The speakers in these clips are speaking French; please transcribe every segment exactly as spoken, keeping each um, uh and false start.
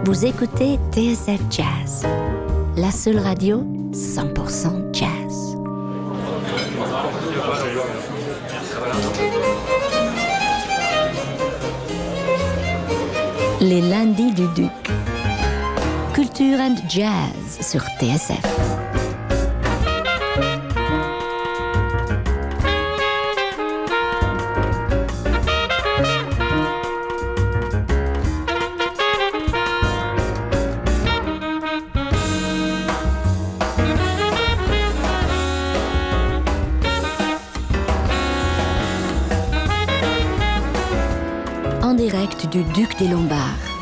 Vous écoutez T S F Jazz, la seule radio cent pour cent jazz. Les lundis du Duc. Culture and Jazz sur T S F. En direct du Duc des Lombards.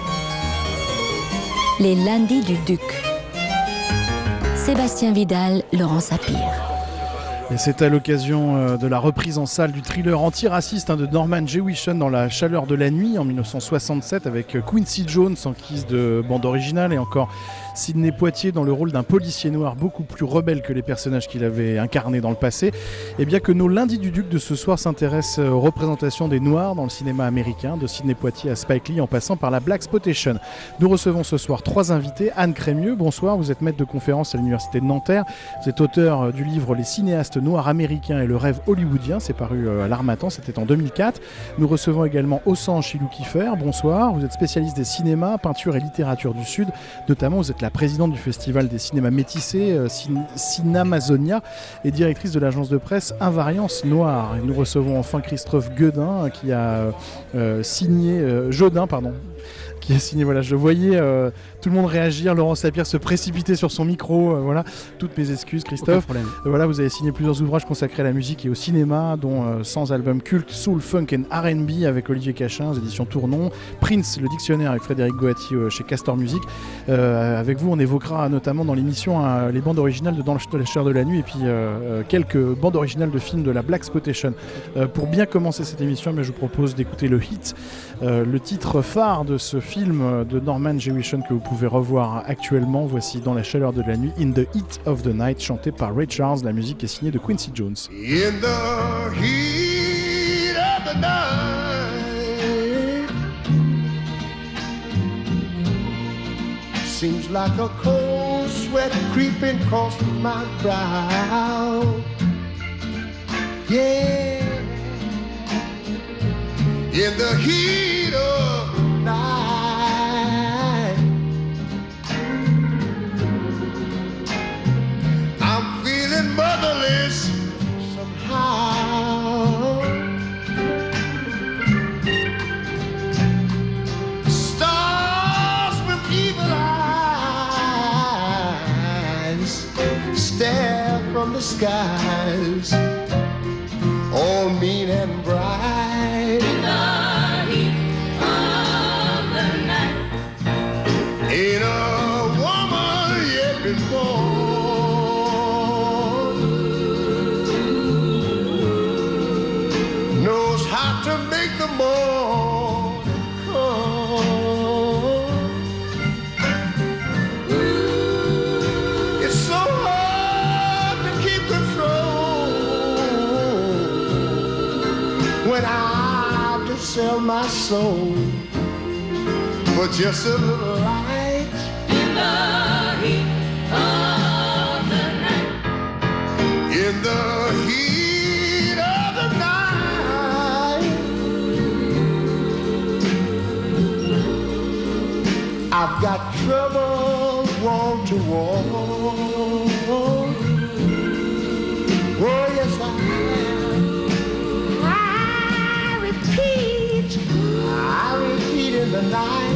Les lundis du Duc. Sébastien Vidal, Laurent Sapir. Et c'est à l'occasion de la reprise en salle du thriller antiraciste de Norman Jewison dans La chaleur de la nuit en dix-neuf cent soixante-sept avec Quincy Jones en guise de bande originale et encore Sidney Poitier dans le rôle d'un policier noir beaucoup plus rebelle que les personnages qu'il avait incarnés dans le passé. Et bien que nos lundis du Duc de ce soir s'intéressent aux représentations des Noirs dans le cinéma américain, de Sidney Poitier à Spike Lee en passant par la Blaxploitation. Nous recevons ce soir trois invités. Anne Crémieux, bonsoir, vous êtes maître de conférence à l'Université de Nanterre. Vous êtes auteur du livre Les cinéastes noirs américains et le rêve hollywoodien, c'est paru à l'Harmattan, c'était en deux mille quatre. Nous recevons également Ossan Chilou Kiffer, bonsoir, vous êtes spécialiste des cinémas, peinture et littérature du Sud, notamment vous êtes la présidente du Festival des cinémas métissés, euh, Cin- Cinamazonia, et directrice de l'agence de presse Invariance Noire. Et nous recevons enfin Christophe Guedin, qui a euh, signé, euh, Jodin, pardon, qui a signé, voilà, je voyais euh, tout le monde réagir, Laurent Sapir se précipiter sur son micro, euh, voilà, toutes mes excuses Christophe. Euh, voilà, vous avez signé plusieurs ouvrages consacrés à la musique et au cinéma, dont euh, cent albums cultes, Soul, Funk and R and B avec Olivier Cachin, aux éditions Tournon, Prince, le dictionnaire avec Frédéric Goati euh, chez Castor Music. Euh, avec vous, on évoquera notamment dans l'émission euh, les bandes originales de Dans la chaleur de la nuit et puis euh, quelques bandes originales de films de la Blaxploitation. Euh, pour bien commencer cette émission, mais je vous propose d'écouter le hit, euh, le titre phare de ce film film de Norman Jewison que vous pouvez revoir actuellement. Voici Dans la chaleur de la nuit, In the Heat of the Night, chanté par Ray Charles. La musique est signée de Quincy Jones. In the heat of the night, seems like a cold sweat creeping across my brow. Yeah, in the heat of the night, I'm feeling motherless somehow. Stars with evil eyes stare from the skies, all mean and bright. In the heat of the night, ain't a woman yet been born knows how to make the morning come. It's so hard to keep control when I just sell my soul for just a little light. In the heat of the night, in the heat of the night, I've got trouble wall to wall. Oh yes I have. I repeat, I repeat in the night,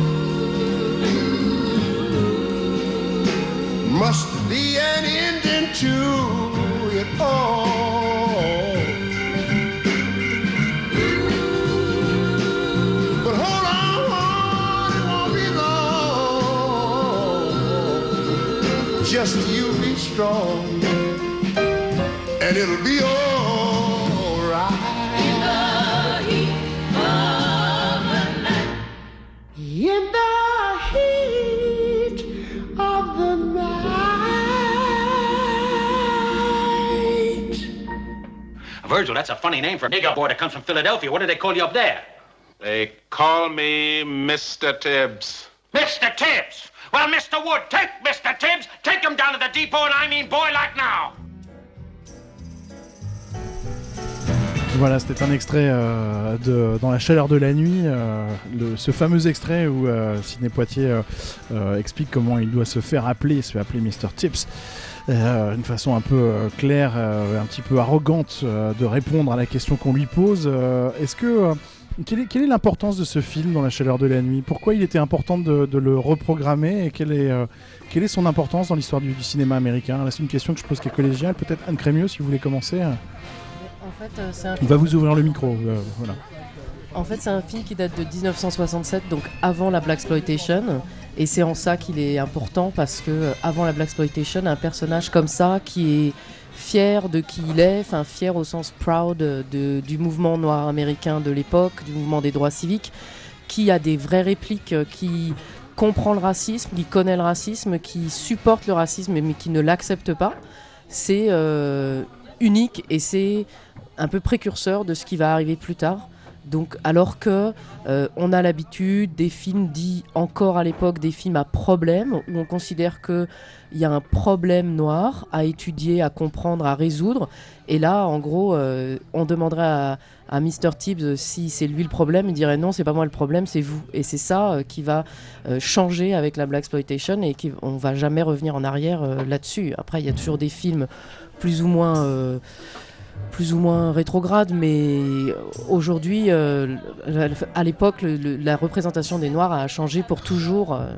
must be an ending to it all. But hold on, it won't be long. Just you be strong, and it'll be all right. In the heat of the night, in the heat of the night. Virgil, that's a funny name for a nigger boy that comes from Philadelphia. What do they call you up there? They call me Mister Tibbs. Mister Tibbs! Well, Mister Wood, take Mister Tibbs, take him down to the depot, and I mean boy like now! Voilà, c'était un extrait euh, de Dans la chaleur de la nuit, euh, le, ce fameux extrait où euh, Sidney Poitier euh, euh, explique comment il doit se faire appeler, se fait appeler Mister Tibbs. Euh, une façon un peu euh, claire, euh, un petit peu arrogante euh, de répondre à la question qu'on lui pose. Euh, est-ce que euh, quelle est, quelle est l'importance de ce film Dans la chaleur de la nuit ? Pourquoi il était important de, de le reprogrammer et quelle est, euh, quelle est son importance dans l'histoire du, du cinéma américain ? Là, c'est une question que je pose qui est collégiale. Peut-être Anne Crémieux, si vous voulez commencer. En fait, euh, c'est un... On va vous ouvrir le micro. Euh, voilà. En fait, c'est un film qui date de dix-neuf cent soixante-sept, donc avant la Blaxploitation. Et c'est en ça qu'il est important parce que euh, avant la Blaxploitation, un personnage comme ça qui est fier de qui il est, enfin fier au sens proud de, du mouvement noir américain de l'époque, du mouvement des droits civiques, qui a des vraies répliques, qui comprend le racisme, qui connaît le racisme, qui supporte le racisme mais qui ne l'accepte pas. C'est euh, unique et c'est un peu précurseur de ce qui va arriver plus tard. Donc, alors que euh, on a l'habitude des films dits encore à l'époque des films à problème, où on considère qu'il y a un problème noir à étudier, à comprendre, à résoudre. Et là, en gros, euh, on demanderait à, à Mister Tibbs si c'est lui le problème. Il dirait non, c'est pas moi le problème, c'est vous. Et c'est ça euh, qui va euh, changer avec la Blaxploitation et qu'on ne va jamais revenir en arrière euh, là-dessus. Après, il y a toujours des films plus ou moins... Euh, plus ou moins rétrograde, mais aujourd'hui, euh, à l'époque, le, le, la représentation des Noirs a changé pour toujours, euh,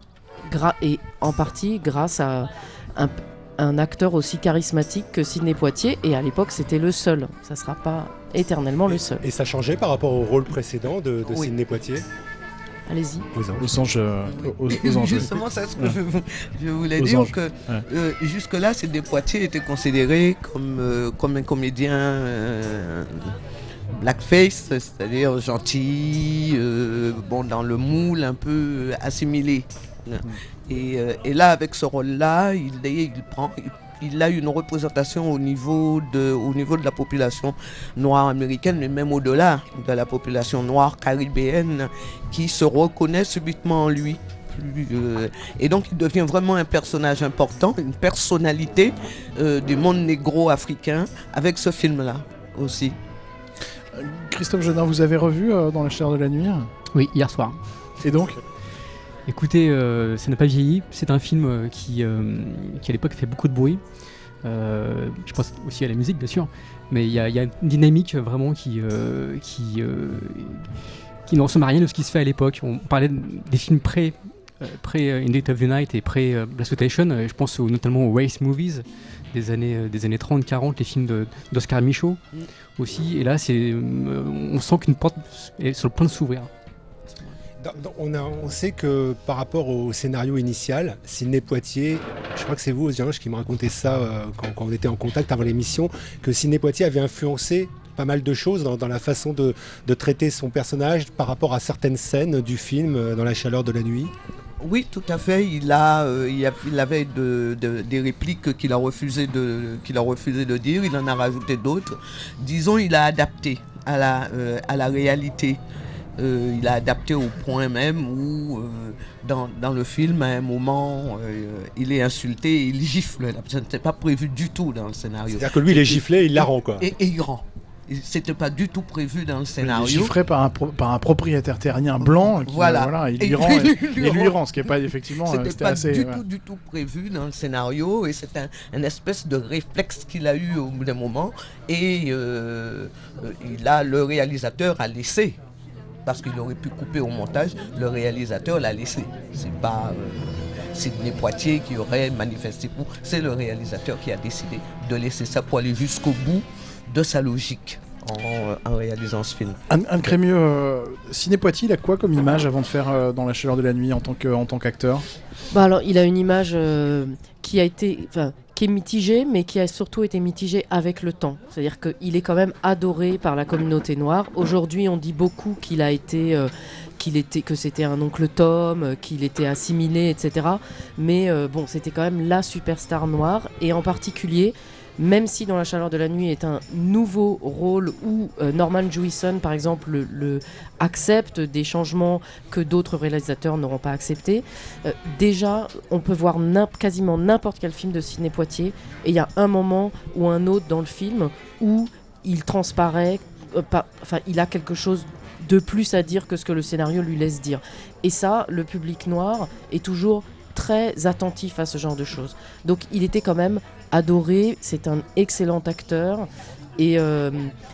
gra- et en partie grâce à un, un acteur aussi charismatique que Sidney Poitier, et à l'époque, c'était le seul. Ça ne sera pas éternellement le seul. Et ça changeait par rapport au rôle précédent de, de oui. Sidney Poitier ? Allez-y. Aux anges. Aux anges, euh, aux, aux anges. Justement, c'est ce que ouais. je, je voulais aux dire, anges. que ouais. euh, jusque-là, Sidney Poitier était considéré comme, euh, comme un comédien euh, blackface, c'est-à-dire gentil, euh, bon, dans le moule, un peu assimilé. Mm. Et, euh, et là, avec ce rôle-là, il, il prend... Il, il a une représentation au niveau, de, au niveau de la population noire américaine, mais même au-delà de la population noire caribéenne qui se reconnaît subitement en lui. Euh, et donc il devient vraiment un personnage important, une personnalité euh, du monde négro-africain avec ce film-là aussi. Christophe Jodin, vous avez revu euh, Dans la chaleur de la nuit ? Oui, hier soir. Et donc ? Écoutez, euh, ça n'a pas vieilli. C'est un film euh, qui, euh, qui à l'époque fait beaucoup de bruit. Euh, je pense aussi à la musique, bien sûr. Mais il y, y a une dynamique vraiment qui, euh, qui, euh, qui ne ressemble à rien de ce qui se fait à l'époque. On parlait des films pré, euh, pré In the Heat of the Night et pré euh, Blaxploitation. Euh, je pense au, notamment aux race movies des années, euh, des années trente quarante, les films de, d'Oscar Michaud mm. aussi. Et là, c'est, euh, on sent qu'une porte est sur le point de s'ouvrir. On, a, on sait que par rapport au scénario initial, Sidney Poitier, je crois que c'est vous, Osiange, qui me racontait ça euh, quand, quand on était en contact avant l'émission, que Sidney Poitier avait influencé pas mal de choses dans, dans la façon de, de traiter son personnage par rapport à certaines scènes du film euh, Dans la chaleur de la nuit. Oui, tout à fait. Il, a, euh, il, a, il avait de, de, des répliques qu'il a, refusé de, qu'il a refusé de dire, il en a rajouté d'autres. Disons, il a adapté à la, euh, à la réalité. Euh, il a adapté au point même où, euh, dans, dans le film, à un moment, euh, il est insulté et il gifle. Ça n'était pas prévu du tout dans le scénario. C'est-à-dire que lui, il est giflé, il la rend, quoi. Et, et il rend. C'était pas du tout prévu dans le scénario. Il est chiffré par un, pro, par un propriétaire terrien blanc qui, voilà. Euh, voilà, il et lui rend, lui, et, lui et lui rend. rend, ce qui n'est pas effectivement... C'était, c'était pas assez, du ouais. tout, du tout prévu dans le scénario et c'est un, un espèce de réflexe qu'il a eu au bout d'un moment et euh, il a, le réalisateur a laissé, parce qu'il aurait pu couper au montage, le réalisateur l'a laissé. C'est pas euh, Sidney Poitier qui aurait manifesté pour, c'est le réalisateur qui a décidé de laisser ça pour aller jusqu'au bout de sa logique. En, en réalisant ce film. Anne, Anne Crémieux, euh, Sidney Poitier, il a quoi comme image avant de faire euh, Dans la chaleur de la nuit en tant, que, en tant qu'acteur ? Bah alors, il a une image euh, qui a été, enfin, qui est mitigée, mais qui a surtout été mitigée avec le temps. C'est-à-dire qu'il est quand même adoré par la communauté noire. Aujourd'hui, on dit beaucoup qu'il a été, euh, qu'il était, que c'était un oncle Tom, euh, qu'il était assimilé, et cetera. Mais euh, bon, c'était quand même la superstar noire, et en particulier. même si Dans la chaleur de la nuit est un nouveau rôle où euh, Norman Jewison, par exemple, le, le accepte des changements que d'autres réalisateurs n'auront pas acceptés, euh, déjà, on peut voir n'im- quasiment n'importe quel film de Sidney Poitier, et il y a un moment ou un autre dans le film où il transparaît, euh, pas, enfin, il a quelque chose de plus à dire que ce que le scénario lui laisse dire. Et ça, le public noir est toujours très attentif à ce genre de choses. Donc il était quand même adoré, c'est un excellent acteur, et euh,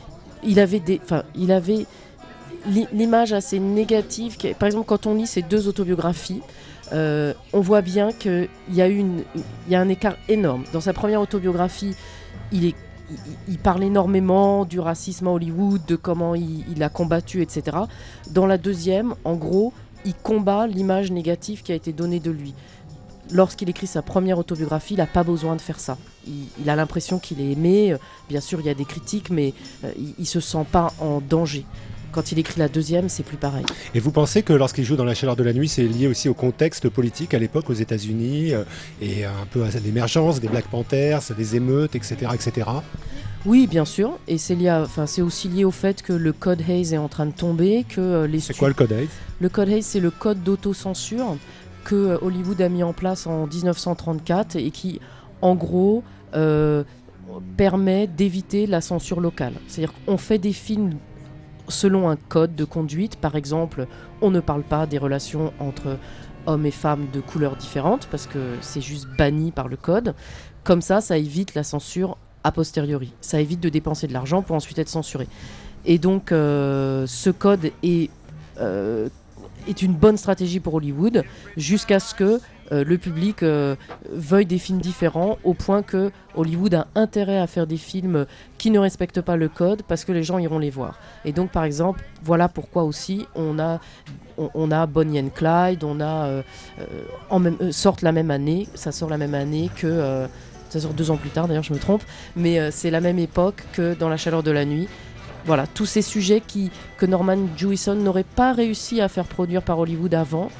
il avait des, enfin, il avait l'i- l'image assez négative. Qui, par exemple, quand on lit ces deux autobiographies, euh, on voit bien qu'il y a eu une, il y a un écart énorme. Dans sa première autobiographie, il est Il, il parle énormément du racisme à Hollywood, de comment il, il a combattu, et cetera. Dans la deuxième, en gros, il combat l'image négative qui a été donnée de lui. Lorsqu'il écrit sa première autobiographie, il n'a pas besoin de faire ça. Il, il a l'impression qu'il est aimé. Bien sûr, il y a des critiques, mais euh, il ne se sent pas en danger. Quand il écrit la deuxième, c'est plus pareil. Et vous pensez que lorsqu'il joue Dans la chaleur de la nuit, c'est lié aussi au contexte politique à l'époque aux États-Unis euh, et un peu à l'émergence des Black Panthers, des émeutes, et cetera, et cetera. Oui, bien sûr. Et c'est, lié à, enfin, c'est aussi lié au fait que le code Hays est en train de tomber. Que, euh, les C'est stu- quoi le code Hays ? Le code Hays, c'est le code d'autocensure que euh, Hollywood a mis en place en dix-neuf cent trente-quatre et qui, en gros, euh, permet d'éviter la censure locale. C'est-à-dire qu'on fait des films selon un code de conduite. Par exemple, on ne parle pas des relations entre hommes et femmes de couleurs différentes parce que c'est juste banni par le code. Comme ça, ça évite la censure a posteriori. Ça évite de dépenser de l'argent pour ensuite être censuré. Et donc, euh, ce code est, euh, est une bonne stratégie pour Hollywood jusqu'à ce que euh, le public euh, veuille des films différents au point que Hollywood a intérêt à faire des films qui ne respectent pas le code parce que les gens iront les voir. Et donc, par exemple, voilà pourquoi aussi on a, on, on a Bonnie and Clyde, on a euh, euh, en même, euh, sortent la même année, ça sort la même année que... Euh, ça sort deux ans plus tard, d'ailleurs, je me trompe, mais euh, c'est la même époque que Dans la chaleur de la nuit. Voilà, tous ces sujets qui, que Norman Jewison n'aurait pas réussi à faire produire par Hollywood avant,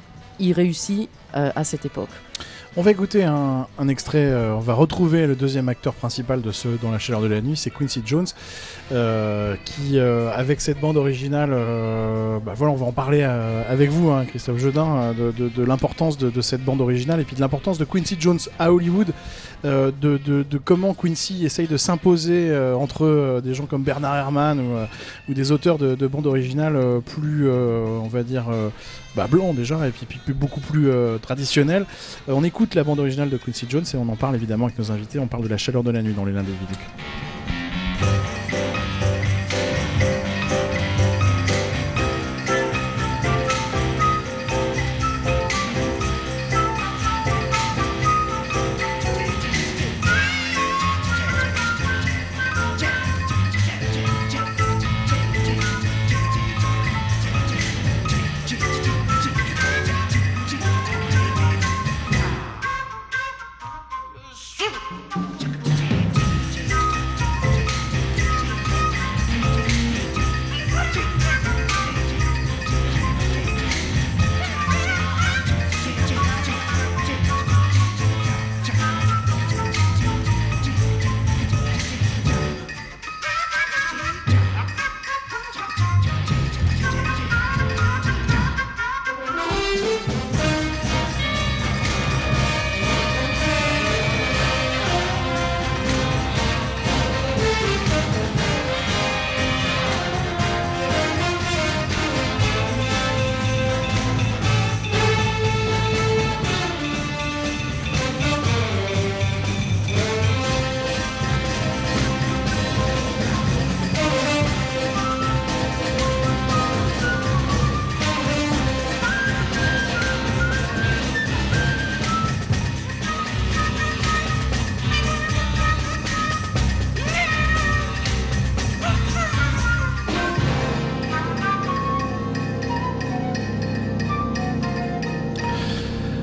il réussit euh, à cette époque. On va écouter un, un extrait, euh, on va retrouver le deuxième acteur principal de ce Dans la chaleur de la nuit, c'est Quincy Jones, euh, qui, euh, avec cette bande originale, euh, bah voilà, on va en parler euh, avec vous, hein, Christophe Jedin, de, de, de l'importance de, de cette bande originale et puis de l'importance de Quincy Jones à Hollywood, euh, de, de, de comment Quincy essaye de s'imposer euh, entre euh, des gens comme Bernard Herrmann ou, euh, ou des auteurs de, de bandes originales euh, plus, euh, on va dire, euh, bah, blancs déjà, et puis, puis, puis beaucoup plus euh, traditionnels. Euh, on écoute la bande originale de Quincy Jones et on en parle évidemment avec nos invités. On parle de La chaleur de la nuit dans les Lundis Viduc.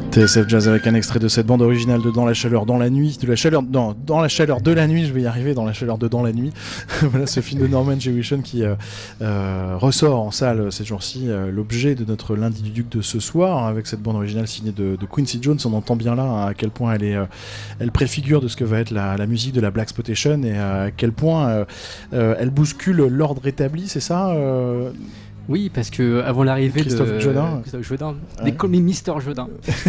T S F Jazz avec un extrait de cette bande originale de Dans la chaleur, dans la nuit, de la chaleur, dans, dans la chaleur de la nuit, je vais y arriver, dans la chaleur de Dans la nuit. Voilà ce film de Norman Jewison qui euh, euh, ressort en salle ces jours-ci, euh, l'objet de notre lundi du Duc de ce soir, avec cette bande originale signée de, de Quincy Jones. On entend bien là hein, à quel point elle est, euh, elle préfigure de ce que va être la, la musique de la Blaxploitation et euh, à quel point euh, euh, elle bouscule l'ordre établi, c'est ça euh Oui, parce que avant l'arrivée Christophe de Jodin, Christophe Jodin, ouais. They call me mister Jodin.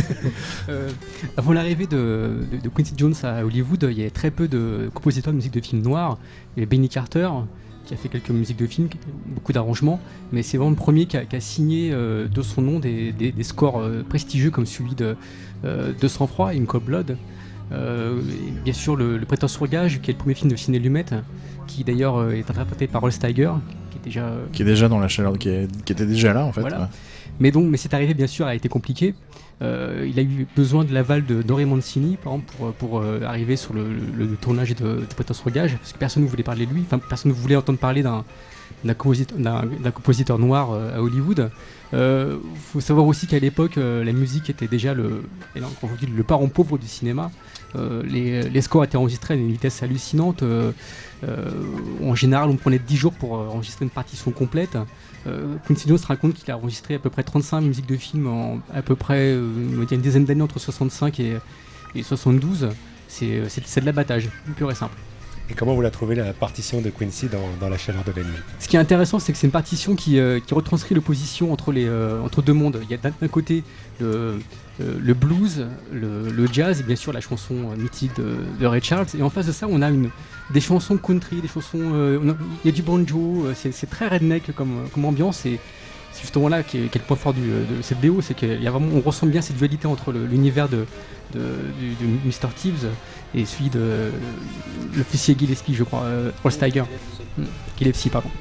euh, avant l'arrivée de, de, de Quincy Jones à Hollywood, il y avait très peu de compositeurs de musique de films noirs. Il y avait Benny Carter qui a fait quelques musiques de films, beaucoup d'arrangements, mais c'est vraiment le premier qui a, qui a signé euh, de son nom des, des, des scores euh, prestigieux comme celui de euh, De Sang-Froid, In Cold Blood. Euh, et bien sûr le, le Prêteur sur gage, qui est le premier film de Sidney Lumet, qui d'ailleurs euh, est interprété par Roll Steiger. Déjà, euh... qui est déjà dans la chaleur, qui, est, qui était déjà là en fait. Voilà. Ouais. Mais donc, mais cette arrivée bien sûr a été compliquée. Euh, il a eu besoin de l'aval de Norrie Mancini, par exemple, pour, pour euh, arriver sur le, le, le tournage de, de Prêteur sur gage, parce que personne ne voulait parler de lui. Enfin, personne ne voulait entendre parler d'un, d'un, compositeur, d'un, d'un compositeur noir euh, à Hollywood. Il euh, faut savoir aussi qu'à l'époque, euh, la musique était déjà le, et là, quand vous dites, le parent pauvre du cinéma. Euh, les, les scores étaient enregistrés à une vitesse hallucinante. Euh, euh, en général, on prenait dix jours pour euh, enregistrer une partition complète. Euh, Quincy Jones se raconte qu'il a enregistré à peu près trente-cinq musiques de films en à peu près euh, une dizaine d'années, entre soixante-cinq et, et soixante-douze. C'est, c'est, c'est de l'abattage, pur et simple. Et comment vous la trouvez, la partition de Quincy dans, dans La chaleur de la nuit? Ce qui est intéressant, c'est que c'est une partition qui, euh, qui retranscrit l'opposition entre, les, euh, entre deux mondes. Il y a d'un, d'un côté le, euh, le blues, le, le jazz et bien sûr la chanson mythique de, de Ray Charles. Et en face de ça, on a une, des chansons country, des chansons, euh, on a, il y a du banjo, c'est, c'est très redneck comme, comme ambiance. Et c'est justement là qui est, qui est le point fort du, de cette B O, c'est qu'on ressent bien cette dualité entre le, l'univers de, de, de, de mister Tibbs et celui de l'officier Gillespie, je crois, euh, Roll Steiger. Mmh. Gillespie, pardon.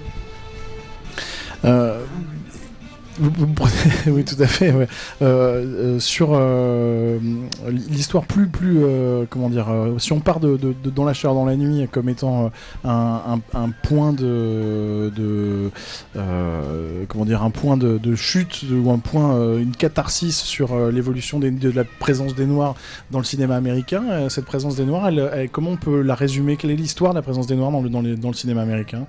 Euh, vous, vous prenez, oui, tout à fait. Ouais. Euh, euh, sur euh, l'histoire plus, plus, euh, comment dire, euh, si on part de, de, de Dans la chaleur, dans la nuit comme étant euh, un, un, un point de, de euh, comment dire, un point de, de chute ou un point, euh, une catharsis sur euh, l'évolution des, de la présence des Noirs dans le cinéma américain. Euh, cette présence des Noirs, elle, elle, comment on peut la résumer? Quelle est l'histoire de la présence des Noirs dans le, dans les, dans le cinéma américain?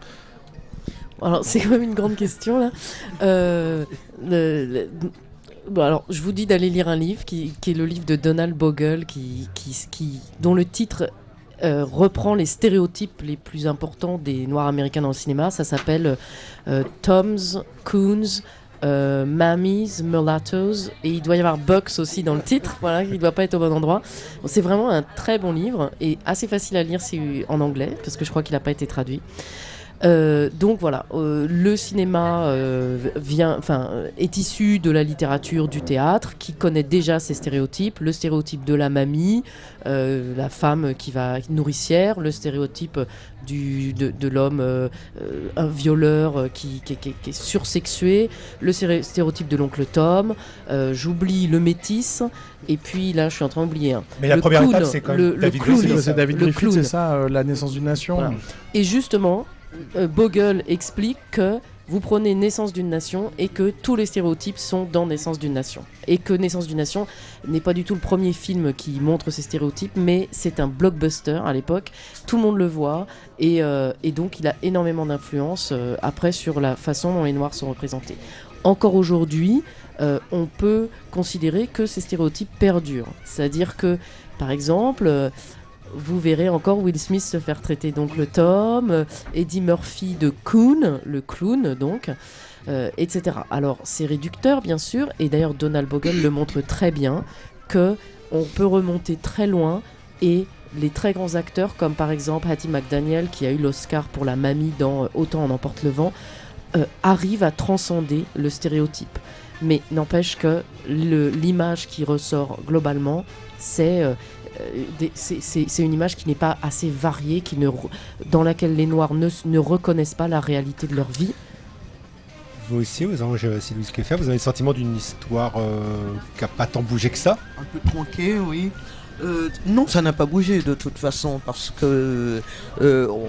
Alors, c'est quand même une grande question, là. Euh, le, le, bon, alors, je vous dis d'aller lire un livre, qui, qui est le livre de Donald Bogle, qui, qui, qui, dont le titre euh, reprend les stéréotypes les plus importants des Noirs américains dans le cinéma. Ça s'appelle euh, Toms, Coons, euh, Mammies, Mulattoes, et il doit y avoir Bucks aussi dans le titre, voilà, il ne doit pas être au bon endroit. Bon, c'est vraiment un très bon livre, et assez facile à lire si, en anglais, parce que je crois qu'il n'a pas été traduit. Euh, donc voilà, euh, le cinéma euh, vient, enfin, est issu de la littérature, du théâtre, qui connaît déjà ces stéréotypes. Le stéréotype de la mamie, euh, la femme qui va nourricière, le stéréotype du, de, de l'homme, euh, un violeur euh, qui, qui, qui, qui est sursexué, le stéréotype de l'oncle Tom. Euh, j'oublie le métis. Et puis là, je suis en train d'oublier. Hein. Mais la le première clown, étape, c'est quand même le, David le clown, Griffith. C'est David le Griffith, clown. c'est ça, euh, La naissance d'une nation. Voilà. Et justement, euh, Bogle explique que vous prenez Naissance d'une nation et que tous les stéréotypes sont dans Naissance d'une nation. Et que Naissance d'une nation n'est pas du tout le premier film qui montre ces stéréotypes, mais c'est un blockbuster à l'époque. Tout le monde le voit et, euh, et donc il a énormément d'influence euh, après sur la façon dont les Noirs sont représentés. Encore aujourd'hui, euh, on peut considérer que ces stéréotypes perdurent. C'est-à-dire que, par exemple, euh, vous verrez encore Will Smith se faire traiter d'oncle Tom, euh, Eddie Murphy de Coon, le clown donc, euh, et cetera. Alors c'est réducteur bien sûr, et d'ailleurs Donald Bogle le montre très bien, que on peut remonter très loin et les très grands acteurs comme par exemple Hattie McDaniel qui a eu l'Oscar pour la mamie dans euh, Autant en emporte le vent, euh, arrivent à transcender le stéréotype. Mais n'empêche que le, l'image qui ressort globalement, c'est... Euh, Des, c'est, c'est, c'est une image qui n'est pas assez variée, qui ne, dans laquelle les Noirs ne, ne reconnaissent pas la réalité de leur vie. Vous aussi, aux Anges Sylvie Keffer, vous avez le sentiment d'une histoire euh, qui n'a pas tant bougé que ça? Un peu tronqué, oui. Euh, non, ça n'a pas bougé de toute façon parce que euh, on,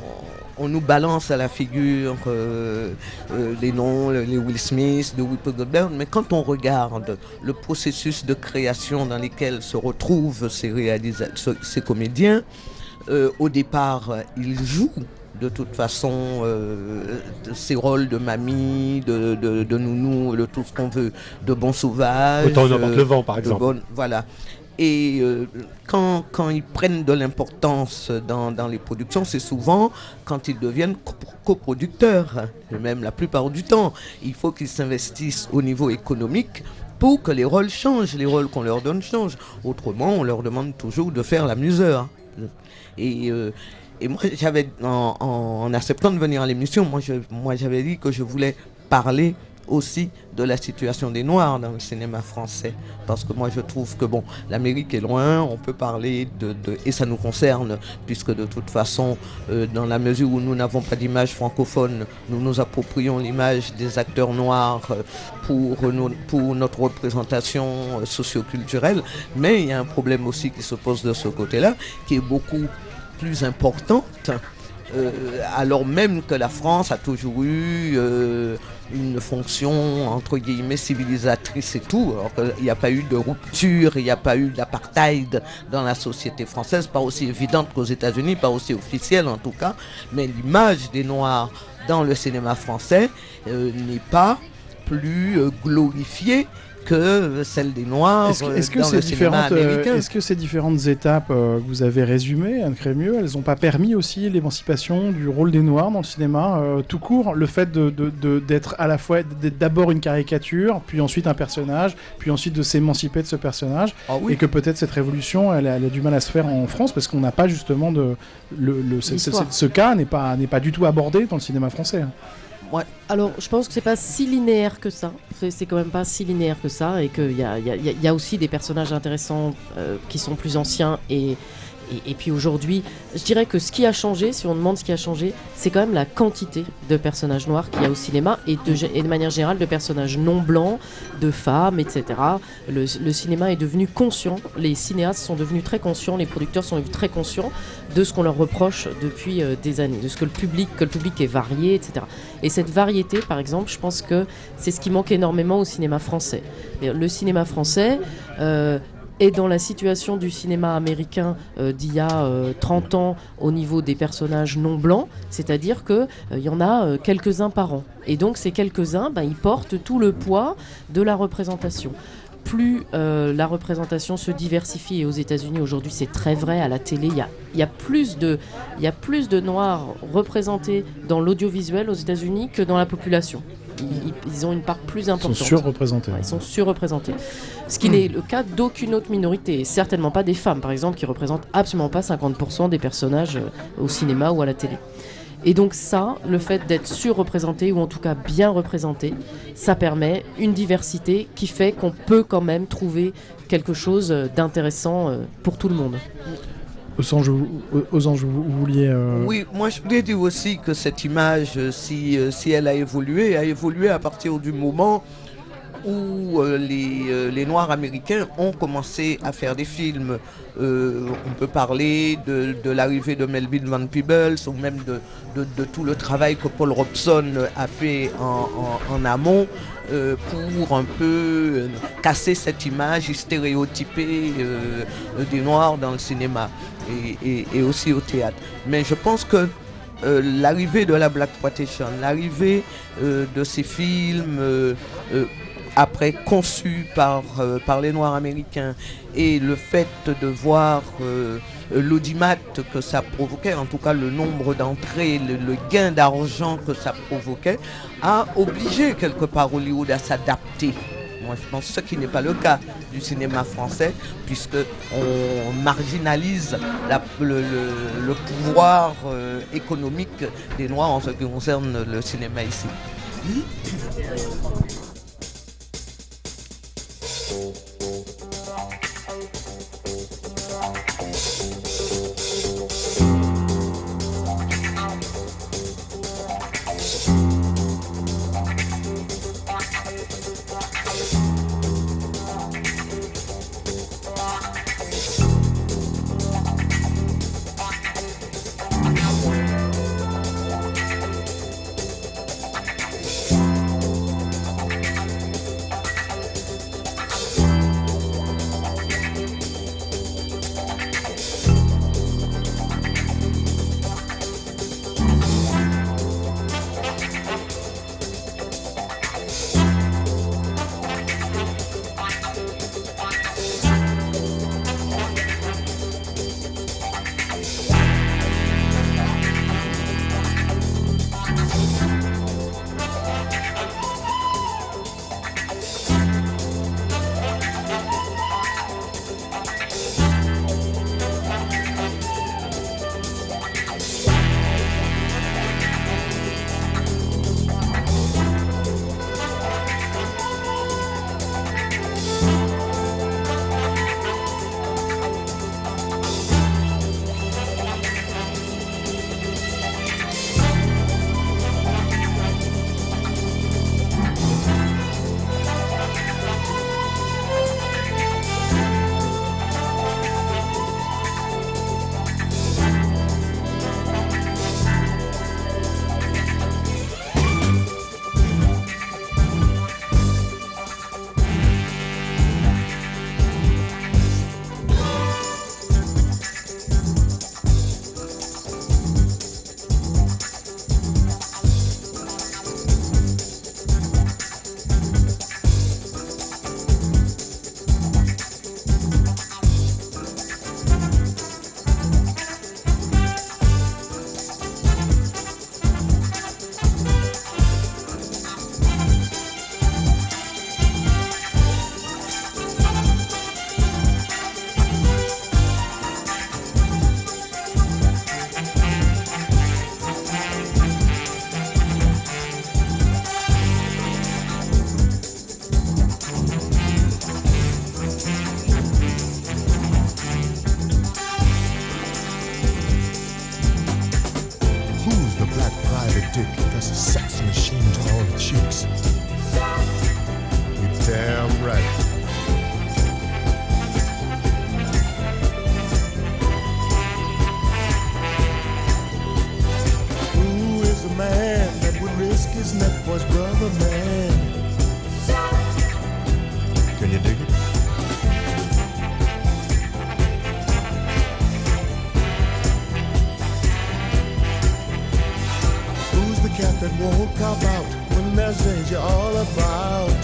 on nous balance à la figure euh, euh, les noms, les Will Smith, de Whoopi Goldberg, mais quand on regarde le processus de création dans lequel se retrouvent ces, réalisa- ces comédiens, euh, au départ, ils jouent de toute façon euh, ces rôles de mamie, de, de, de nounou, de tout ce qu'on veut, de bon sauvage. Autant on emporte euh, le vent, par exemple. Bon, voilà. Et euh, quand, quand ils prennent de l'importance dans, dans les productions, c'est souvent quand ils deviennent coproducteurs. Et même la plupart du temps, il faut qu'ils s'investissent au niveau économique pour que les rôles changent, les rôles qu'on leur donne changent. Autrement, on leur demande toujours de faire l'amuseur. Et... Euh, Et moi, j'avais, en, en, en acceptant de venir à l'émission, moi, je, moi, j'avais dit que je voulais parler aussi de la situation des Noirs dans le cinéma français. Parce que moi, je trouve que, bon, l'Amérique est loin, on peut parler de... de et ça nous concerne, puisque de toute façon, euh, dans la mesure où nous n'avons pas d'image francophone, nous nous approprions l'image des acteurs noirs pour, nous, pour notre représentation socio-culturelle. Mais il y a un problème aussi qui se pose de ce côté-là, qui est beaucoup plus importante, euh, alors même que la France a toujours eu euh, une fonction entre guillemets civilisatrice et tout, alors qu'il n'y a pas eu de rupture, il n'y a pas eu d'apartheid dans la société française, pas aussi évidente qu'aux États-Unis, pas aussi officielle en tout cas, mais l'image des Noirs dans le cinéma français euh, n'est pas plus euh, glorifiée que celle des Noirs est-ce que, est-ce que dans le cinéma américain. Euh, est-ce que ces différentes étapes euh, que vous avez résumées, Anne Crémieux, elles n'ont pas permis aussi l'émancipation du rôle des Noirs dans le cinéma euh, tout court, le fait de, de, de, d'être à la fois d'être d'abord une caricature, puis ensuite un personnage, puis ensuite de s'émanciper de ce personnage, ah oui. et que peut-être cette révolution, elle, elle a du mal à se faire en France parce qu'on n'a pas justement de le, le, ce, ce, ce cas n'est pas n'est pas du tout abordé dans le cinéma français. Ouais. Alors, je pense que c'est pas si linéaire que ça. C'est, c'est quand même pas si linéaire que ça, et qu'il y a, y, a, y a aussi des personnages intéressants euh, qui sont plus anciens. Et, et, et puis aujourd'hui, je dirais que ce qui a changé, si on demande ce qui a changé, c'est quand même la quantité de personnages noirs qu'il y a au cinéma, et de, et de manière générale de personnages non blancs, de femmes, et cetera. Le, le cinéma est devenu conscient, les cinéastes sont devenus très conscients, les producteurs sont devenus très conscients de ce qu'on leur reproche depuis euh, des années, de ce que le public, que le public est varié, et cetera. Et cette variété, par exemple, je pense que c'est ce qui manque énormément au cinéma français. Le cinéma français euh, est dans la situation du cinéma américain euh, d'il y a euh, trente ans au niveau des personnages non blancs, c'est-à-dire qu'il euh, y en a euh, quelques-uns par an. Et donc ces quelques-uns, ben, ils portent tout le poids de la représentation. Plus euh, la représentation se diversifie, et aux États-Unis aujourd'hui c'est très vrai, à la télé il y a, y a plus de il y a plus de noirs représentés dans l'audiovisuel aux États-Unis que dans la population. Ils, ils ont une part plus importante. Ils sont surreprésentés. Ouais, ils sont surreprésentés. Ce qui mmh. n'est le cas d'aucune autre minorité, et certainement pas des femmes par exemple, qui représentent absolument pas cinquante pour cent des personnages euh, au cinéma ou à la télé. Et donc ça, le fait d'être surreprésenté, ou en tout cas bien représenté, ça permet une diversité qui fait qu'on peut quand même trouver quelque chose d'intéressant pour tout le monde. Aux anges, aux anges vous, vous vouliez... Euh... Oui, moi je voulais dire aussi que cette image, si, si elle a évolué, a évolué à partir du moment où euh, les, euh, les Noirs américains ont commencé à faire des films. Euh, on peut parler de, de l'arrivée de Melvin Van Peebles, ou même de, de, de tout le travail que Paul Robeson a fait en, en, en amont euh, pour un peu casser cette image stéréotypée euh, des Noirs dans le cinéma et, et, et aussi au théâtre. Mais je pense que Euh, l'arrivée de la Blaxploitation, l'arrivée euh, de ces films euh, euh, après conçus par, euh, par les Noirs américains, et le fait de voir euh, l'audimat que ça provoquait, en tout cas le nombre d'entrées, le, le gain d'argent que ça provoquait, a obligé quelque part Hollywood à s'adapter. Moi, je pense ce qui n'est pas le cas du cinéma français, puisque on marginalise la, le, le, le pouvoir euh, économique des Noirs en ce qui concerne le cinéma ici. dig it? Who's the cat that won't cop out when there's danger all about?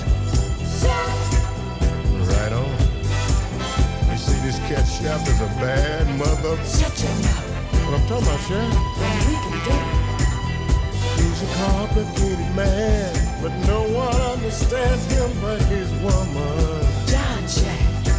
Right on. You see, this cat Chef is a bad mother. Shut your mouth. What I'm talking about, Chef? Then we can do it. He's a complicated man, but no one understands him but his woman. John Jack.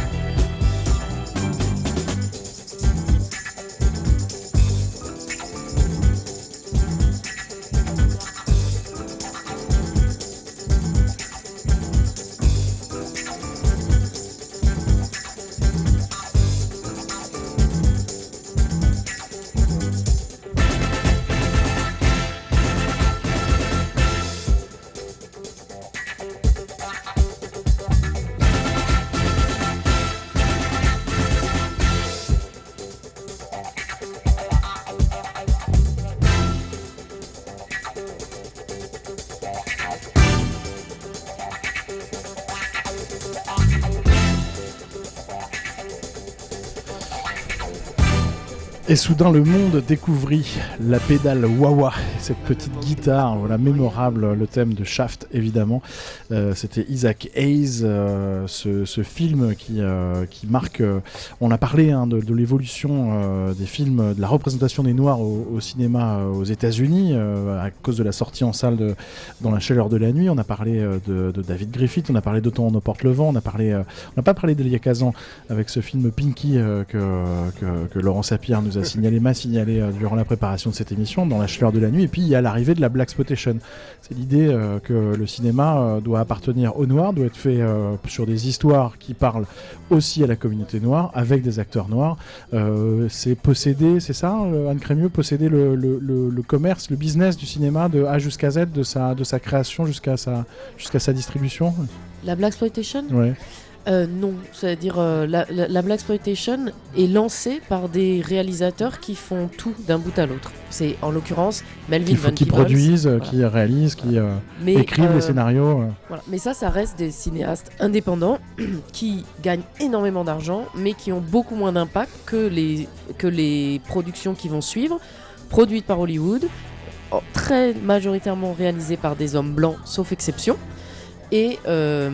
Et soudain le monde découvrit la pédale wah-wah, cette petite guitare, voilà, mémorable, le thème de Shaft évidemment. Euh, c'était Isaac Hayes, euh, ce, ce film qui, euh, qui marque, euh, on a parlé hein, de, de l'évolution euh, des films, de la représentation des Noirs au, au cinéma euh, aux États-Unis euh, à cause de la sortie en salle de Dans la chaleur de la nuit. On a parlé euh, de, de David Griffith, on a parlé d'Autant on emporte le vent, on a parlé, euh, on n'a pas parlé d'Elia Kazan avec ce film Pinky euh, que, que, que Laurent Sapir nous a signalé, m'a signalé euh, durant la préparation de cette émission, Dans la chaleur de la nuit. Et puis il y a l'arrivée de la Blaxploitation. C'est l'idée euh, que le cinéma euh, doit appartenir aux Noirs, doit être fait euh, sur des histoires qui parlent aussi à la communauté noire, avec des acteurs noirs. Euh, c'est posséder, c'est ça, euh, Anne Crémieux, posséder le, le, le, le commerce, le business du cinéma de A jusqu'à Z, de sa, de sa création jusqu'à sa, jusqu'à sa distribution. La Blaxploitation ? Ouais. Euh, non, c'est-à-dire euh, la, la, la Blaxploitation est lancée par des réalisateurs qui font tout d'un bout à l'autre. C'est en l'occurrence Melvin Van Peebles. Qui produisent, voilà. qui réalisent, qui euh, Mais, écrivent euh, les scénarios. Euh. Voilà. Mais ça, ça reste des cinéastes indépendants qui gagnent énormément d'argent, mais qui ont beaucoup moins d'impact que les, que les productions qui vont suivre, produites par Hollywood, très majoritairement réalisées par des hommes blancs, sauf exception, et... Euh,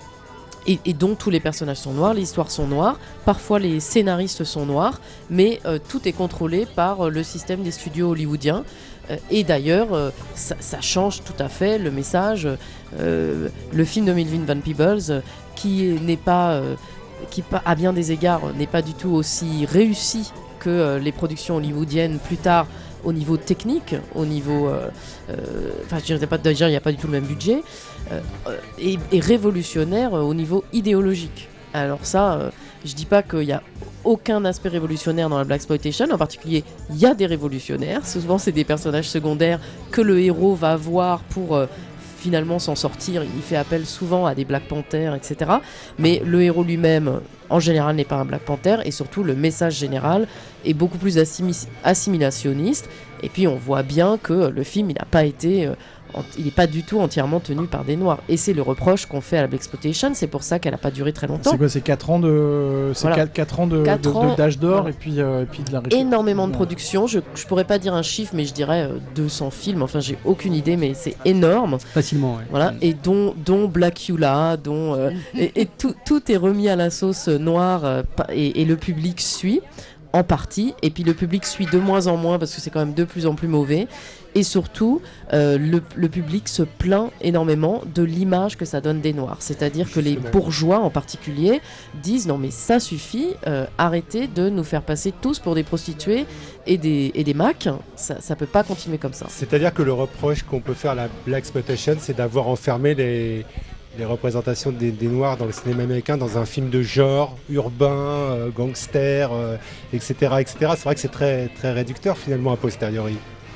Et, et dont tous les personnages sont noirs, les histoires sont noires, parfois les scénaristes sont noirs, mais euh, tout est contrôlé par euh, le système des studios hollywoodiens. Euh, et d'ailleurs, euh, ça, ça change tout à fait le message. Euh, le film de Melvin Van Peebles, euh, qui n'est pas, euh, qui à bien des égards n'est pas du tout aussi réussi que euh, les productions hollywoodiennes plus tard, au niveau technique, au niveau... Enfin, euh, euh, je dirais pas, déjà, il n'y a pas du tout le même budget, euh, euh, et, et révolutionnaire euh, au niveau idéologique. Alors ça, euh, je dis pas qu'il n'y a aucun aspect révolutionnaire dans la Blaxploitation, en particulier, il y a des révolutionnaires, souvent c'est des personnages secondaires que le héros va avoir pour... Euh, finalement s'en sortir, il fait appel souvent à des Black Panthers, et cetera. Mais le héros lui-même, en général, n'est pas un Black Panther, et surtout le message général est beaucoup plus assimi- assimilationniste. Et puis on voit bien que le film, il n'a pas été... Euh, il n'est pas du tout entièrement tenu par des Noirs. Et c'est le reproche qu'on fait à la Blaxploitation, c'est pour ça qu'elle n'a pas duré très longtemps. C'est quoi, c'est quatre ans de... C'est voilà. quatre ans de, quatre de, ans, de, d'âge d'or, voilà. et, puis, euh, et puis de la... Énormément de production, je ne pourrais pas dire un chiffre, mais je dirais euh, deux cents films, enfin j'ai aucune idée, mais c'est énorme. Facilement, ouais. Voilà, et dont, dont Blackula, dont, euh, et, et tout, tout est remis à la sauce noire, euh, et, et le public suit, en partie, et puis le public suit de moins en moins, parce que c'est quand même de plus en plus mauvais. Et surtout, euh, le, le public se plaint énormément de l'image que ça donne des Noirs. C'est-à-dire que les bourgeois en particulier disent « Non mais ça suffit, euh, arrêtez de nous faire passer tous pour des prostituées et des, et des macs, ça ne peut pas continuer comme ça. » C'est-à-dire que le reproche qu'on peut faire à la Blaxploitation, c'est d'avoir enfermé les... les représentations des, des Noirs dans le cinéma américain dans un film de genre, urbain, euh, gangster, euh, et cetera, et cetera. C'est vrai que c'est très, très réducteur finalement a posteriori.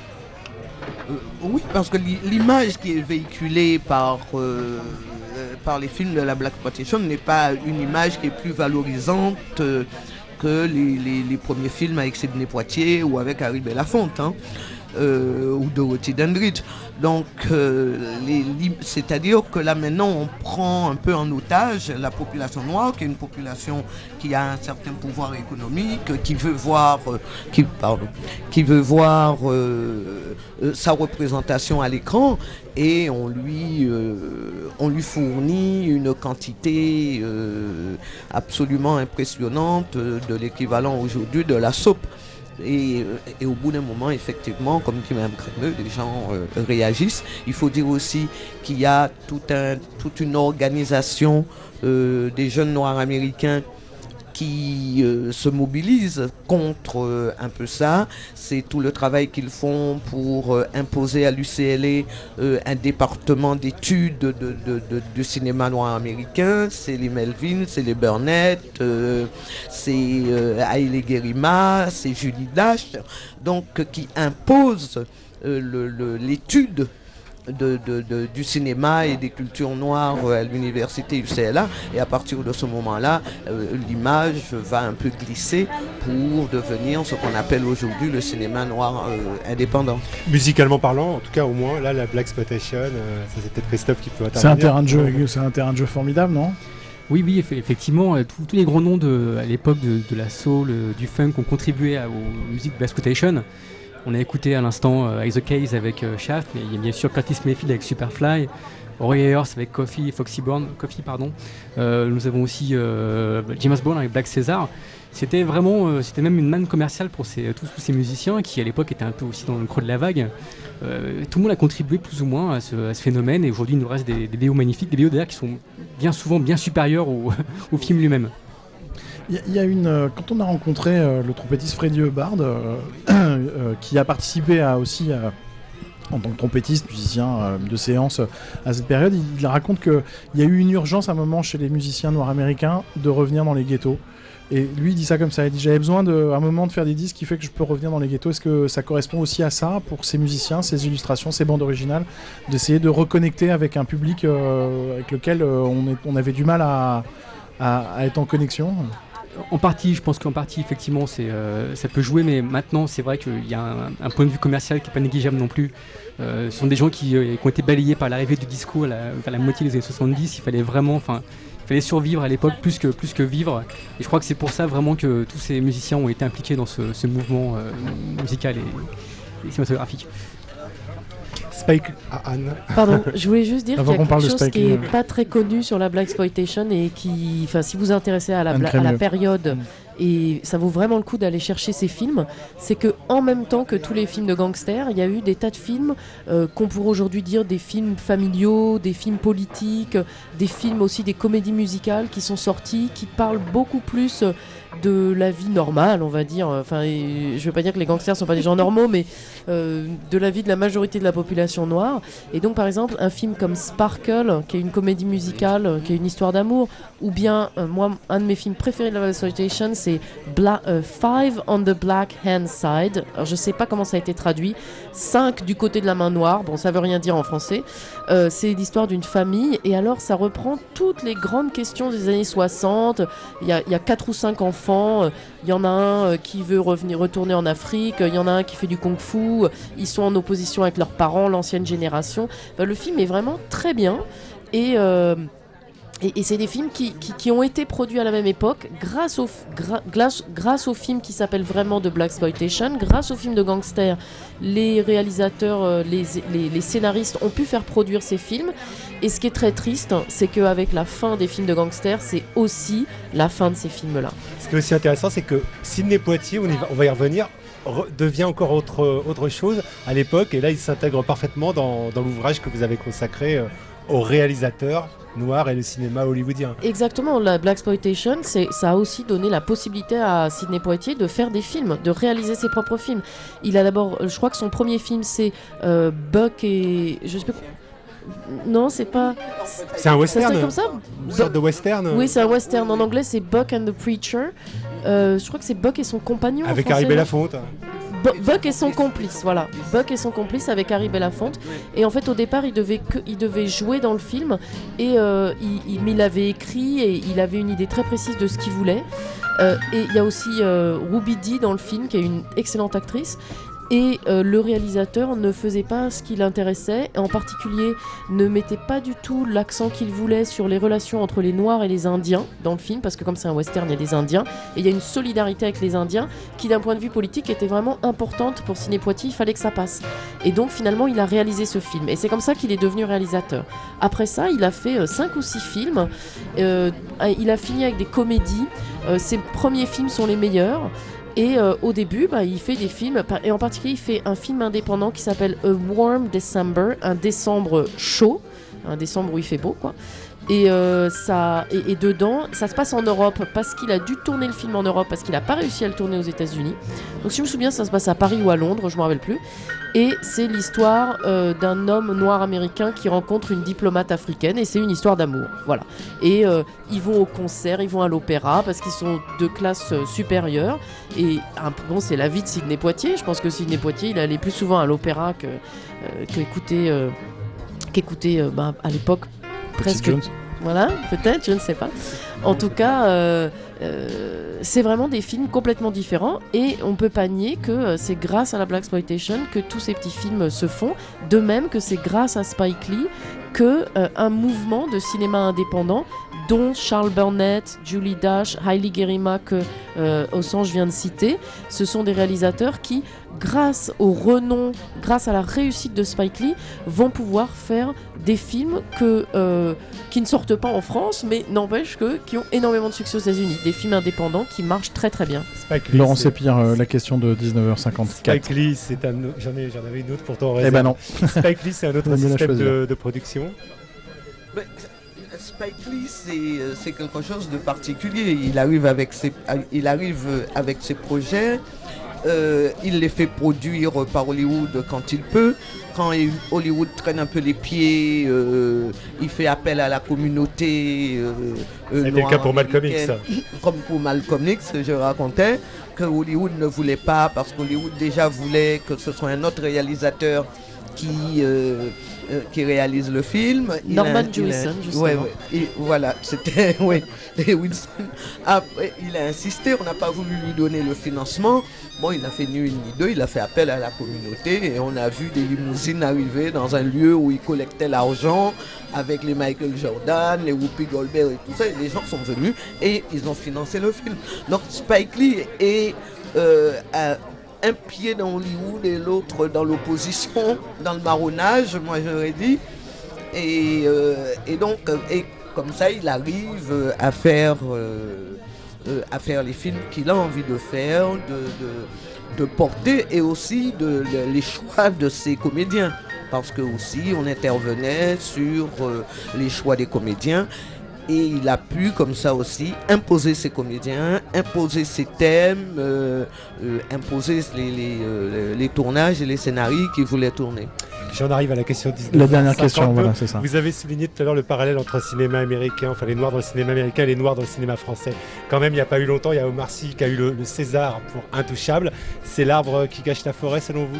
Euh, oui, parce que l'image qui est véhiculée par, euh, par les films de la Blaxploitation n'est pas une image qui est plus valorisante euh, que les, les, les premiers films avec Sidney Poitier ou avec Harry Belafonte. Hein. euh, ou Dorothy Dandridge. Donc, euh, les, c'est-à-dire que là maintenant on prend un peu en otage la population noire, qui est une population qui a un certain pouvoir économique, qui veut voir, euh, qui, pardon, qui veut voir euh, euh, sa représentation à l'écran, et on lui, euh, on lui fournit une quantité euh, absolument impressionnante de l'équivalent aujourd'hui de la soap. Et, et au bout d'un moment, effectivement, comme dit Mme Crémeux, les gens euh, réagissent. Il faut dire aussi qu'il y a tout un, toute une organisation euh, des jeunes noirs américains qui euh, se mobilisent contre euh, un peu ça. C'est tout le travail qu'ils font pour euh, imposer à l'U C L A euh, un département d'études de, de, de, de, de cinéma noir américain. C'est les Melvin, c'est les Burnett, euh, c'est euh, Haile Gerima, c'est Julie Dash, donc euh, qui imposent euh, le, le, l'étude De, de, de, du cinéma et des cultures noires à l'université U C L A, et à partir de ce moment-là, euh, l'image va un peu glisser pour devenir ce qu'on appelle aujourd'hui le cinéma noir euh, indépendant. Musicalement parlant, en tout cas au moins, là la Blaxploitation, euh, ça c'est peut-être Christophe qui peut intervenir. C'est un terrain de jeu, c'est un terrain de jeu formidable, non ? Oui, oui, effectivement, tous, tous les grands noms de, à l'époque de, de la soul, du funk ont contribué à, aux musiques Blaxploitation. On a écouté à l'instant euh, Ice the Case avec euh, Shaft, mais il y a bien sûr Curtis Mayfield avec Superfly, Roy Ayers avec Coffee, Foxy Brown, Coffee, pardon. Euh, nous avons aussi euh, James Brown avec Black César. C'était vraiment, euh, c'était même une manne commerciale pour ces, tous, tous ces musiciens qui à l'époque étaient un peu aussi dans le creux de la vague. Euh, tout le monde a contribué plus ou moins à ce, à ce phénomène, et aujourd'hui il nous reste des, des B O magnifiques, des B O d'ailleurs qui sont bien souvent bien supérieurs au, au film lui-même. Il y, y a une, euh, quand on a rencontré euh, le trompettiste Freddie Hubbard, euh, euh, qui a participé à, aussi à, en tant que trompettiste, musicien euh, de séance euh, à cette période, il, il raconte qu'il y a eu une urgence à un moment chez les musiciens noirs américains de revenir dans les ghettos. Et lui il dit ça comme ça, il dit j'avais besoin de, à un moment de faire des disques qui fait que je peux revenir dans les ghettos. Est-ce que ça correspond aussi à ça pour ces musiciens, ces illustrations, ces bandes originales, d'essayer de reconnecter avec un public euh, avec lequel euh, on, est, on avait du mal à, à, à être en connexion ? En partie, je pense qu'en partie, effectivement, c'est, euh, ça peut jouer, mais maintenant, c'est vrai qu'il y a un, un point de vue commercial qui n'est pas négligeable non plus. Euh, ce sont des gens qui, euh, qui ont été balayés par l'arrivée du disco à la, à la moitié des années soixante-dix. Il fallait vraiment, enfin, il fallait survivre à l'époque plus que, plus que vivre. Et je crois que c'est pour ça vraiment que tous ces musiciens ont été impliqués dans ce, ce mouvement euh, musical et, et cinématographique. Spike à Anne. Pardon, je voulais juste dire Avant qu'il y a qu'on quelque chose Spike, qui n'est euh... pas très connu sur la Blaxploitation, et qui, enfin, si vous vous intéressez à la, bla- à la période, mm. et ça vaut vraiment le coup d'aller chercher ces films, c'est que en même temps que tous les films de gangsters, il y a eu des tas de films euh, qu'on pourrait aujourd'hui dire des films familiaux, des films politiques, des films aussi, des comédies musicales qui sont sortis, qui parlent beaucoup plus de la vie normale, on va dire. Enfin, je veux pas dire que les gangsters sont pas des gens normaux, mais euh, de la vie de la majorité de la population noire. Et donc, par exemple, un film comme Sparkle, qui est une comédie musicale, qui est une histoire d'amour, ou bien, euh, moi, un de mes films préférés de la Blaxploitation, c'est Bla- euh, Five on the Black Hand Side. Alors, je sais pas comment ça a été traduit. Cinq du côté de la main noire. Bon, ça veut rien dire en français. Euh, c'est l'histoire d'une famille, et alors ça reprend toutes les grandes questions des années soixante. Il y a, il y a quatre ou cinq enfants. Il y en a un qui veut revenir, retourner en Afrique. Il y en a un qui fait du kung-fu. Ils sont en opposition avec leurs parents, l'ancienne génération. Enfin, le film est vraiment très bien. Et... Euh, Et, et c'est des films qui, qui, qui ont été produits à la même époque grâce au, gra, grâce, grâce au film qui s'appelle vraiment de Blaxploitation, grâce au film de gangsters. Les réalisateurs, euh, les, les, les scénaristes ont pu faire produire ces films. Et ce qui est très triste, c'est qu'avec la fin des films de gangsters, c'est aussi la fin de ces films-là. Ce qui est aussi intéressant, c'est que Sidney Poitier, on, y va, on va y revenir, re, devient encore autre, autre chose à l'époque. Et là, il s'intègre parfaitement dans, dans l'ouvrage que vous avez consacré euh, aux réalisateurs noir et le cinéma hollywoodien. Exactement, la Blaxploitation, c'est, ça a aussi donné la possibilité à Sidney Poitier de faire des films, de réaliser ses propres films. Il a d'abord, je crois que son premier film c'est euh, Buck et... je sais pas... Non, c'est pas... C'est un western. Ça comme ça Une sorte de western. Oui, c'est un western. En anglais, c'est Buck and the Preacher. Euh, je crois que c'est Buck et son compagnon. Avec Harry Belafonte. Bu- Buck et son complice, voilà. Buck et son complice avec Harry Belafonte. Et en fait, au départ, il devait, que, il devait jouer dans le film. Et euh, il, il, il avait écrit et il avait une idée très précise de ce qu'il voulait. Euh, et il y a aussi euh, Ruby Dee dans le film, qui est une excellente actrice. Et euh, le réalisateur ne faisait pas ce qui l'intéressait, et en particulier ne mettait pas du tout l'accent qu'il voulait sur les relations entre les Noirs et les Indiens dans le film, parce que comme c'est un western, il y a des Indiens, et il y a une solidarité avec les Indiens qui d'un point de vue politique était vraiment importante pour Sidney Poitier, il fallait que ça passe. Et donc finalement il a réalisé ce film, et c'est comme ça qu'il est devenu réalisateur. Après ça, il a fait euh, cinq ou six films, euh, il a fini avec des comédies, euh, ses premiers films sont les meilleurs. Et euh, au début, bah, il fait des films, et en particulier, il fait un film indépendant qui s'appelle A Warm December, un décembre chaud, un décembre où il fait beau, quoi. Et, euh, ça, et, et dedans, ça se passe en Europe parce qu'il a dû tourner le film en Europe parce qu'il n'a pas réussi à le tourner aux États-Unis. Donc, si je me souviens, ça se passe à Paris ou à Londres, je ne me rappelle plus. Et c'est l'histoire euh, d'un homme noir américain qui rencontre une diplomate africaine, et c'est une histoire d'amour. Voilà. Et euh, ils vont au concert, ils vont à l'opéra parce qu'ils sont de classe euh, supérieure. Et un, bon, c'est la vie de Sidney Poitier. Je pense que Sidney Poitier, il allait plus souvent à l'opéra que, euh, qu'écouter, euh, qu'écouter euh, bah, à l'époque. Presque. Jones. Voilà, peut-être, je ne sais pas. En tout cas, euh, euh, c'est vraiment des films complètement différents, et on peut pas nier que euh, c'est grâce à la Blaxploitation que tous ces petits films se font. De même que c'est grâce à Spike Lee que euh, un mouvement de cinéma indépendant, dont Charles Burnett, Julie Dash, Hailey Gerima que euh, Ossange vient de citer, ce sont des réalisateurs qui, grâce au renom, grâce à la réussite de Spike Lee, vont pouvoir faire des films que, euh, qui ne sortent pas en France, mais n'empêche que qui ont énormément de succès aux États-Unis, des films indépendants qui marchent très très bien. Spike Lee, Laurent c'est- Sépire, euh, la question de dix-neuf heures cinquante-quatre. Spike Lee, c'est un... o- j'en, ai, j'en avais une autre pour ton Eh réserve. ben non. Spike Lee, c'est un autre On me l'a système choisi. de, de production. Ben, Spike Lee, c'est, euh, c'est quelque chose de particulier. Il arrive avec ses, il arrive avec ses projets, euh, il les fait produire par Hollywood quand il peut. Quand Hollywood traîne un peu les pieds, euh, il fait appel à la communauté. Euh, euh, Ça a été le cas pour Malcolm X, américaine. Comme pour Malcolm X, je racontais que Hollywood ne voulait pas, parce qu'Hollywood déjà voulait que ce soit un autre réalisateur qui, euh, euh, qui réalise le film. Il Norman a- il a- Jewison, justement. Ouais, ouais. Et voilà, c'était ouais, et Wilson. Après, il a insisté, on n'a pas voulu lui donner le financement. Bon, il a fait ni une ni deux, il a fait appel à la communauté, et on a vu des limousines arriver dans un lieu où il collectait l'argent avec les Michael Jordan, les Whoopi Goldberg et tout ça. Et les gens sont venus et ils ont financé le film. Donc Spike Lee est euh, à un pied dans Hollywood et l'autre dans l'opposition, dans le marronnage, moi j'aurais dit. Et, euh, et donc, euh, et comme ça, il arrive euh, à faire, euh, euh, à faire les films qu'il a envie de faire, de, de, de porter, et aussi de, de- les choix de ses comédiens. Parce que aussi, on intervenait sur euh, les choix des comédiens. Et il a pu, comme ça aussi, imposer ses comédiens, imposer ses thèmes, euh, euh, imposer les, les, euh, les tournages et les scénarios qu'il voulait tourner. J'en arrive à la question dix-neuf. La dernière cinquante. question, voilà, c'est ça. Vous avez souligné tout à l'heure le parallèle entre le cinéma américain, enfin les noirs dans le cinéma américain et les noirs dans le cinéma français. Quand même, il n'y a pas eu longtemps, il y a Omar Sy qui a eu le, le César pour Intouchable. C'est l'arbre qui cache la forêt, selon vous?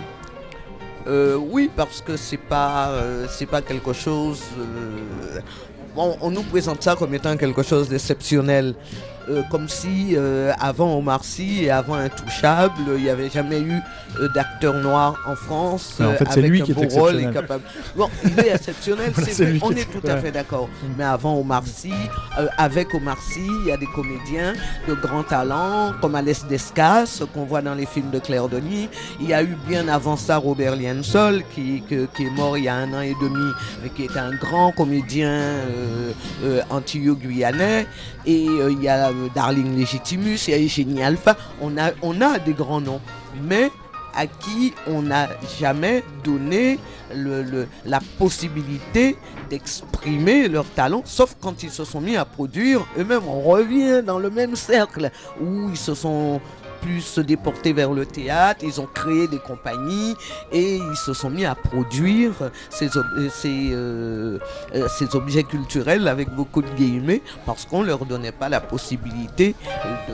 Euh, oui, parce que c'est pas, euh, c'est pas quelque chose. euh, on, on nous présente ça comme étant quelque chose d'exceptionnel. Euh, comme si euh, avant Omar Sy et avant Intouchable, il n'y avait jamais eu euh, d'acteur noir en France. Mais en fait, euh, c'est avec lui un qui est beau rôle et exceptionnel. capable. Bon, il est exceptionnel, Voilà, c'est c'est vrai, lui qui on est- est tout à ouais. fait d'accord. Mais avant Omar Sy, euh, avec Omar Sy, il y a des comédiens de grand talent, comme Alès Descas, qu'on voit dans les films de Claire Denis. Il y a eu bien avant ça Robert Liensol, qui, que- qui est mort il y a un an et demi, mais qui est un grand comédien euh, euh, antillais-guyanais. Et euh, il y a euh, Darling Legitimus, il y a Eugénie Alpha. On a, on a des grands noms, mais à qui on n'a jamais donné le, le- la possibilité d'exprimer leur talent, sauf quand ils se sont mis à produire eux-mêmes. On revient dans le même cercle où ils se sont plus se déporter vers le théâtre, ils ont créé des compagnies et ils se sont mis à produire ces, ob- euh, ces, euh, euh, ces objets culturels avec beaucoup de guillemets, parce qu'on ne leur donnait pas la possibilité de-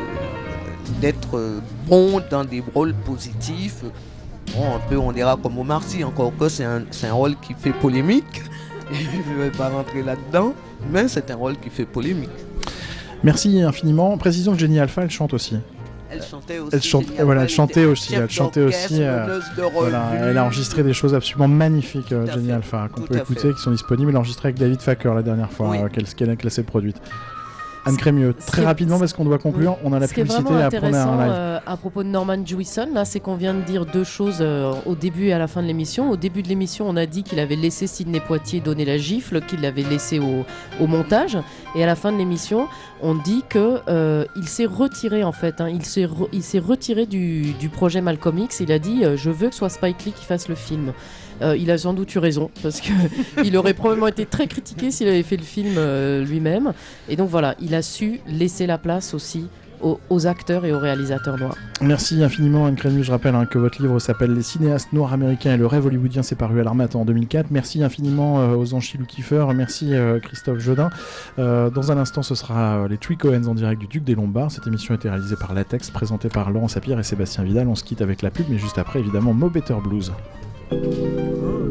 de- d'être euh, bons dans des rôles positifs. Bon, un peu on dira comme Omar Sy, encore que c'est un, c'est un rôle qui fait polémique. Je ne vais pas rentrer là-dedans, mais c'est un rôle qui fait polémique. Merci infiniment. Précisons que Jenny Alpha, elle chante aussi. Elle chantait aussi. Elle, chante, voilà, elle chantait aussi. Elle chantait aussi. Euh, voilà, elle a enregistré des choses absolument magnifiques, euh, géniales, enfin, qu'on peut écouter, fait. qui sont disponibles. Elle a enregistré avec David Facker la dernière fois, oui. euh, qu'elle, qu'elle a classé produite. Anne Crémieux, très rapidement parce qu'on doit conclure, on a la publicité et après on a un live. Euh, à propos de Norman Jewison, là, c'est qu'on vient de dire deux choses euh, au début et à la fin de l'émission. Au début de l'émission, on a dit qu'il avait laissé Sidney Poitier donner la gifle, qu'il l'avait laissé au, au montage. Et à la fin de l'émission, on dit qu'il euh, s'est retiré en fait. Hein, il, s'est re- il s'est retiré du, du projet Malcolm X. Il a dit euh, « Je veux que ce soit Spike Lee qui fasse le film ». Euh, il a sans doute eu raison parce qu'il aurait probablement été très critiqué s'il avait fait le film euh, lui-même. Et donc voilà, il a su laisser la place aussi aux, aux acteurs et aux réalisateurs noirs. Merci infiniment Anne Crémieux. Je rappelle hein, que votre livre s'appelle Les cinéastes noirs américains et le rêve hollywoodien, c'est paru à l'Harmattan en deux mille quatre. Merci infiniment euh, aux Anchis Lou Kiefer. Merci euh, Christophe Jodin. Euh, dans un instant, ce sera euh, les Three Coens en direct du Duc des Lombards. Cette émission a été réalisée par Latex, présentée par Laurent Sapir et Sébastien Vidal. On se quitte avec la pub, mais juste après, évidemment, Mo Better Blues. Oh.